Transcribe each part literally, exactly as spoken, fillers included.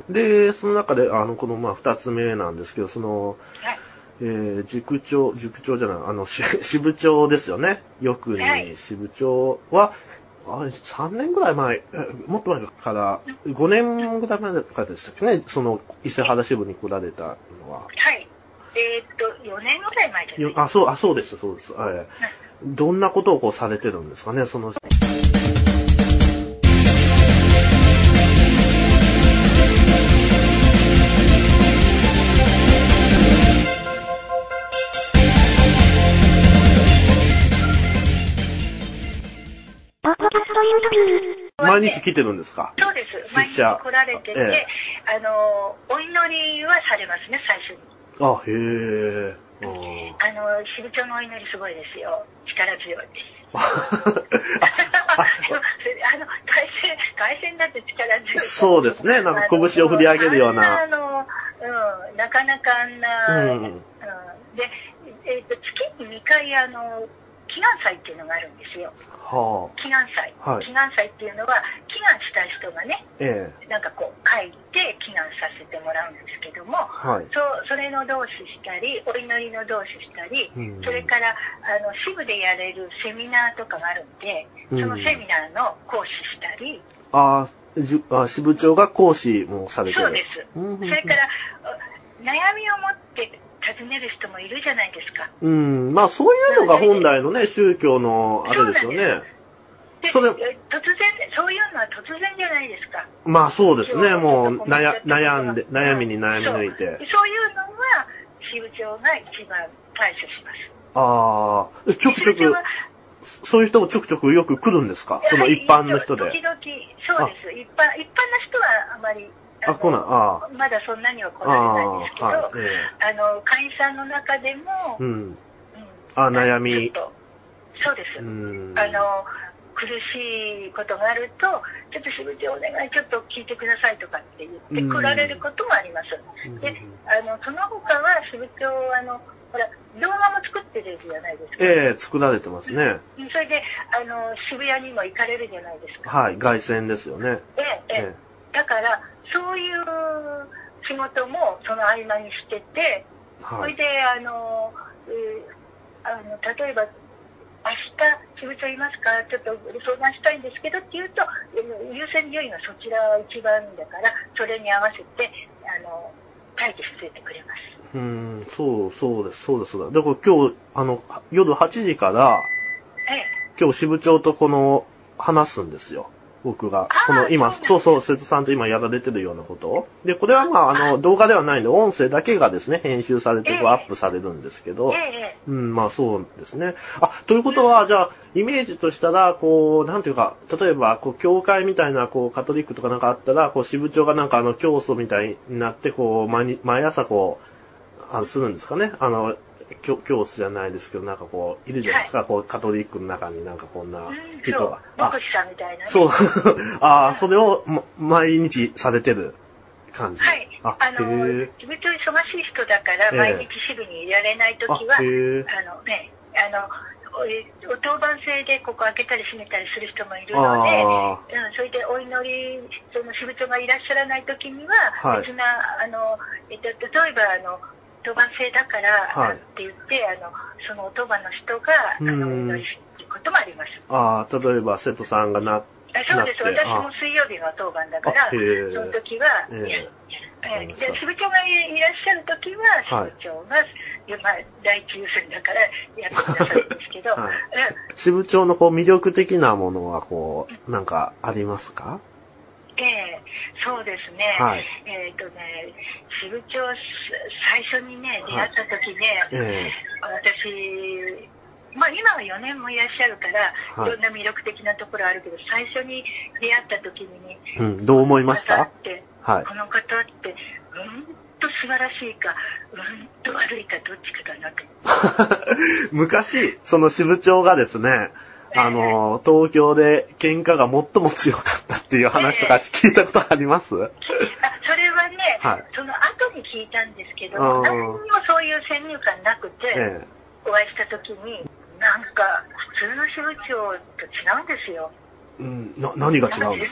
で、その中で、あの、この、まあ、二つ目なんですけど、その、 はい、 えー、塾長、塾長じゃない、あの、し支部長ですよね。よくに支部長は、あれ、さんねんぐらい前、もっと前から、ごねんぐらい前からでしたっけね、その、伊勢原支部に来られたのは。 はい。えー、っと、よねんぐらい前ですね。 あ、そう、あ、そうです、そうです。はい。どんなことをこうされてるんですかね、その。毎日来てるんですか？ そうです。毎日来られてて、ええ、あの、お祈りはされますね、最初に。 あ、へえ。 あの、支部長のお祈りすごいですよ。力強いです。あの、対戦、対戦だって力強い。 そうですね。なんか拳を振り上げるような。 あの、うん、なかなかあんな、うん、うん、で、えっと、月ににかい、あの、祈願祭っていうのがあるんですよ。はあ、祈願祭、はい。祈願祭っていうのは、祈願した人がね、ええ、なんかこう書いて祈願させてもらうんですけども、はい、そ, それの同士したり、お祈りの同士したり、うん、それからあの支部でやれるセミナーとかがあるんで、そのセミナーの講師したり。 うん、ああ、支部長が講師もされてる。 そうです。うん、それから悩みを持って尋ねる人もいるじゃないですか。 うん、まあそういうのが本来のね、宗教のあれですよね。 それ突然、そういうのは突然じゃないですか。 まあそうですね、もう悩悩んで、悩みに悩み抜いて。 そう、そういうのは支部長が一番対処します。 ああ、ちょくちょく、そういう人もちょくちょくよく来るんですか？その一般の人で。 時々、そうです。一般、一般の人はあまり、 あ、来ない。あまだそんなには来られないんですけど、あ、はい、えー、あの、会員さんの中でも、うん。うん、 あ、悩み。 そうです。うん、あの、苦しいことがあると、ちょっと支部長お願い、ちょっと聞いてくださいとかって言って来られることもあります。うん、で、あの、その他は支部長、あの、ほら、動画も作ってるじゃないですか。 ええー、作られてますね。 それで、あの、渋谷にも行かれるじゃないですか。 はい、凱旋ですよね。 ええ、ええ。だから、そういう仕事もその合間にしてて、はい、それで、あの、えー、あの例えば、明日、支部長いますか？ちょっと相談したいんですけどって言うと、優先順位がそちら一番だから、それに合わせて、あの、待機しててくれます。 うーん、そう、そうです、そうです。だから今日、あの、夜はちじから、ええ、今日支部長とこの、話すんですよ。僕が。この今、そうそう、瀬戸さんと今やられてるようなことを。で、これはまあ、あの、動画ではないんで、音声だけがですね、編集されて、こう、アップされるんですけど、うん、まあそうですね。あ、ということは、じゃあ、イメージとしたら、こう、なんていうか、例えば、こう、教会みたいな、こう、カトリックとかなんかあったら、こう、支部長がなんかあの、教祖みたいになって、こう、毎毎朝こう、あの、するんですかね。あの、教教師じゃないですけど、なんかこう、いるじゃないですか、はい、こう、カトリックの中になんかこんな人が。 うん、牧師さんみたいな、ね。 そう。ああ、それを、ま、毎日されてる感じ。 はい。あ、あの、支部長忙しい人だから、毎日支部にいられないときは、あ, あのね、あの、お当番制でここ開けたり閉めたりする人もいるので、うん、それでお祈り、その支部長がいらっしゃらないときには、別な、はい、あの、えっと、例えば、あの、当番制だから、はい、って言って、あの、その当番の人が、あの、お祈りすることもあります。 ああ、例えば、瀬戸さんがな、 あ、そうです。私も水曜日が当番だから、その時は、やる。で、支部長がいらっしゃる時は、支部長が、はい、まあ、第一優先だからやってくださるんですけど、はい、 支部長のこう魅力的なものは、こう、なんかありますか？ ええ、そうですね。はい、えっとね、支部長、最初にね、出会った時ね、はい、えー、私、まあ今はよねんもいらっしゃるから、はい、いろんな魅力的なところあるけど、最初に出会った時にね、 うん、どう思いました？ はい、この方って、うんと素晴らしいか、うんと悪いか、どっちかだなと。 昔、その支部長がですね、あの、東京で喧嘩が最も強かったっていう話とか聞いたことあります？ あ、それはね、はい、その後に聞いたんですけど、何にもそういう先入観なくて、ええ、お会いした時に、なんか普通の支部長と違うんですよ。 うん、な、何が違うんですか？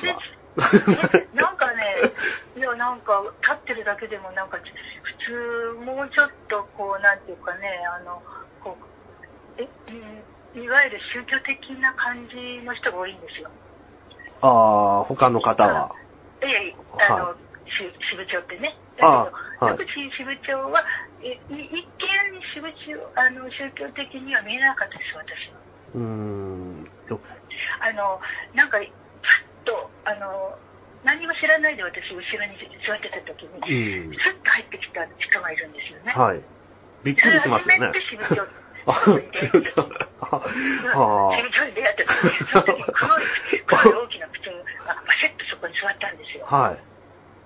なんかね、いやなんか立ってるだけでもなんか普通もうちょっとこうなんていうかね、あのこうえいわゆる宗教的な感じの人が多いんですよ。 ああ、他の方は。 ええ、あの、はい、支部長ってね。だけど、はい、支部長はえ一見支部長あの宗教的には見えなかったです私は。うーん。あのなんかパッとあの何も知らないで私後ろに座ってた時に、うん、スッと入ってきた人がいるんですよね。はい。 びっくりしますよね。 初めて支部長。 あ、支部長。はあ。支部長に出会った時に、その時に黒い、黒い大きな口がバシッとそこに座ったんですよ。はい。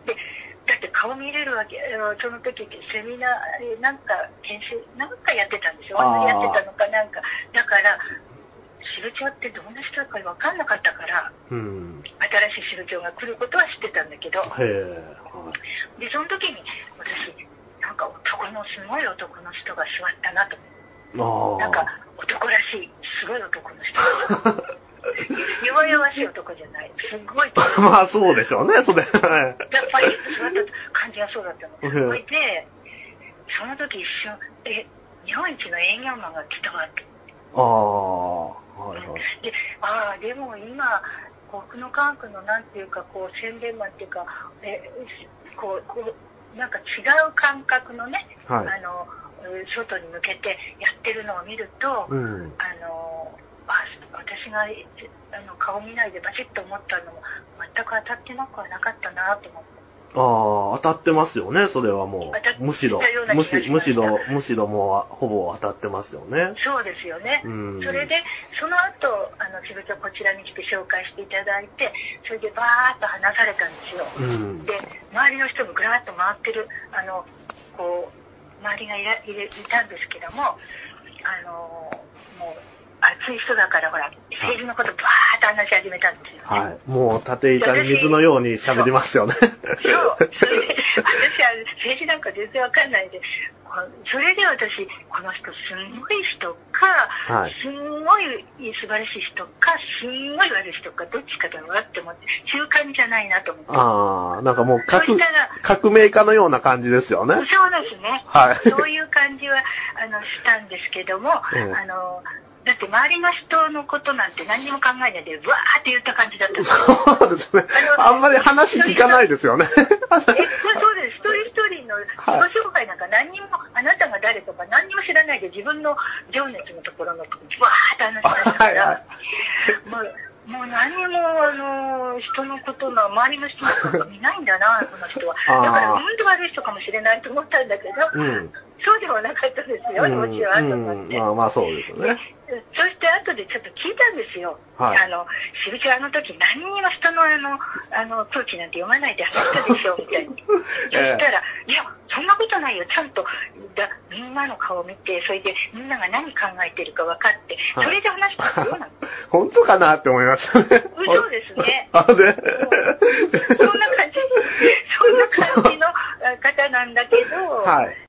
で、だって顔見れるわけ、その時セミナー、なんか研修、なんかやってたんですよ。やってたのかなんか。だから、支部長ってどんな人だか分かんなかったから、うん、新しい支部長が来ることは知ってたんだけど、へー、でその時に私なんか男のすごい男の人が座ったなと思って、なんか男らしいすごい男の人弱々しい男じゃない、すごいまあそうでしょうね、それやっぱり座った感じがそうだったの。それでその時一瞬え日本一の営業マンが来たわって、ああはいはい、でああでも今奥の科学のなんていうかこう宣伝マンっていうかえこうこうなんか違う感覚のね、はい、あの外に向けてやってるのを見ると、うん、あのあ私があの顔見ないでバチッと思ったのも全く当たってなくはなかったなと思って。 ああ、当たってますよね、それはもう。むしろ、むしむしろ、むしろもうほぼ当たってますよね。 そうですよね。うん、それで、その後、あの、支部長こちらに来て紹介していただいて、それでバーッと話されたんですよ。うん、で、周りの人もぐらーっと回ってる、あの、こう、周りがいらいるいたんですけども、あの、もう、熱い人だからほら政治のことバーッと話し始めたんですよ、ね、 はい。もう縦板に水のように喋りますよね。そう。 それで私は政治なんか全然わかんないで、それで私この人すんごい人か、はい、すんごい素晴らしい人か、すんごい悪い人かどっちかだなって思って中間じゃないなと思って。ああ、なんかもう革革命家のような感じですよね。 そうですね。はい。そういう感じはあのしたんですけども、うん、あの。だって周りの人のことなんて何にも考えないで、わーって言った感じだったんですよ。 そうですね。あんまり話聞かないですよね。え、そうです。 一人一人の自己紹介なんか何にも、あなたが誰とか何にも知らないで自分の情熱のところのところにわーって話しましたから、はいはい、もう、もう何にも、あの、人のことの、周りの人のこと見ないんだな、この人は。だから、本当悪い人かもしれないと思ったんだけど、うん、そうではなかったですよ、もちろん、と思って。 まあまあそうですよね。 そして後でちょっと聞いたんですよ。はい、あの、しぶちあの時何にも人のあの、あの、空気なんて読まないで話したでしょ、みたいに。そしたら、いや、そんなことないよ。ちゃんと、だみんなの顔を見て、それでみんなが何考えてるか分かって、それで話したようなの。 本当かなって思いましたね。 嘘ですね。 あ、で、そんな感じ、そんな感じの方なんだけど、はい。